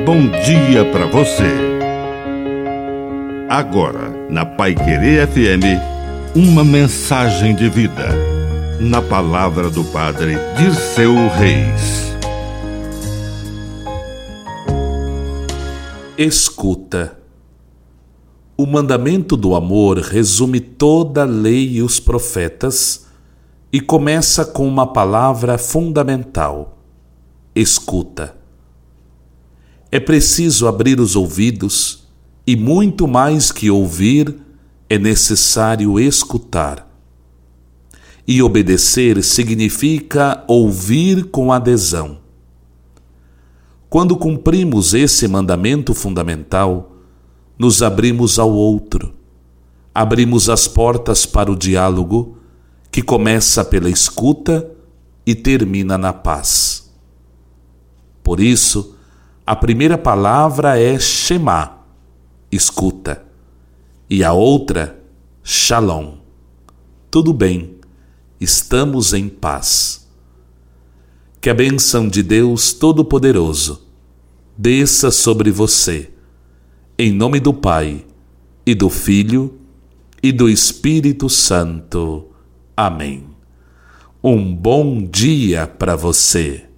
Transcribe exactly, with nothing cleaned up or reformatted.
bom dia para você. Agora, na Paiquerê F M, uma mensagem de vida. Na palavra do Padre Dirceu Reis. Escuta. O mandamento do amor resume toda a lei e os profetas e começa com uma palavra fundamental: escuta. É preciso abrir os ouvidos e, muito mais que ouvir, é necessário escutar. E obedecer significa ouvir com adesão. Quando cumprimos esse mandamento fundamental, nos abrimos ao outro, abrimos as portas para o diálogo, que começa pela escuta e termina na paz. Por isso, a primeira palavra é Shema, escuta, e a outra, Shalom. Tudo bem, estamos em paz. Que a bênção de Deus Todo-Poderoso desça sobre você, em nome do Pai, e do Filho, e do Espírito Santo. Amém. Um bom dia para você.